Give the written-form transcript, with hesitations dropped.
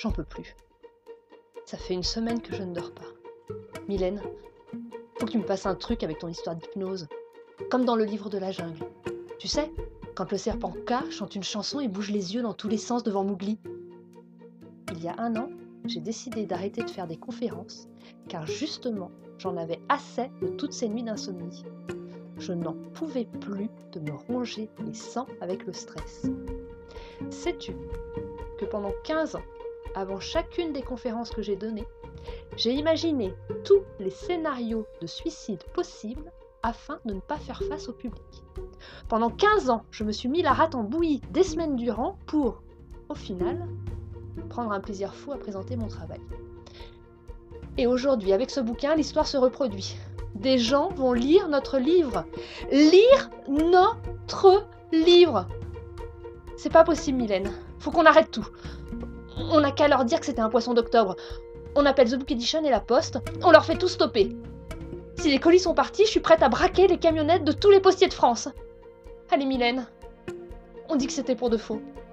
J'en peux plus. Ça fait une semaine que je ne dors pas. Mylène, faut que tu me passes un truc avec ton histoire d'hypnose. Comme dans le livre de la jungle. Tu sais, quand le serpent K chante une chanson et bouge les yeux dans tous les sens devant Mowgli. Il y a 1 an, j'ai décidé d'arrêter de faire des conférences, car justement, j'en avais assez de toutes ces nuits d'insomnie. Je n'en pouvais plus de me ronger les sangs avec le stress. Sais-tu que pendant 15 ans, avant chacune des conférences que j'ai données, j'ai imaginé tous les scénarios de suicide possibles afin de ne pas faire face au public. Pendant 15 ans, je me suis mis la rate en bouillie des semaines durant pour, au final, prendre un plaisir fou à présenter mon travail. Et aujourd'hui, avec ce bouquin, l'histoire se reproduit. Des gens vont lire notre livre. Lire notre livre! C'est pas possible, Mylène. Faut qu'on arrête tout. On n'a qu'à leur dire que c'était un poisson d'octobre. On appelle The Book Edition et la Poste. On leur fait tout stopper. Si les colis sont partis, je suis prête à braquer les camionnettes de tous les postiers de France. Allez, Mylène. On dit que c'était pour de faux.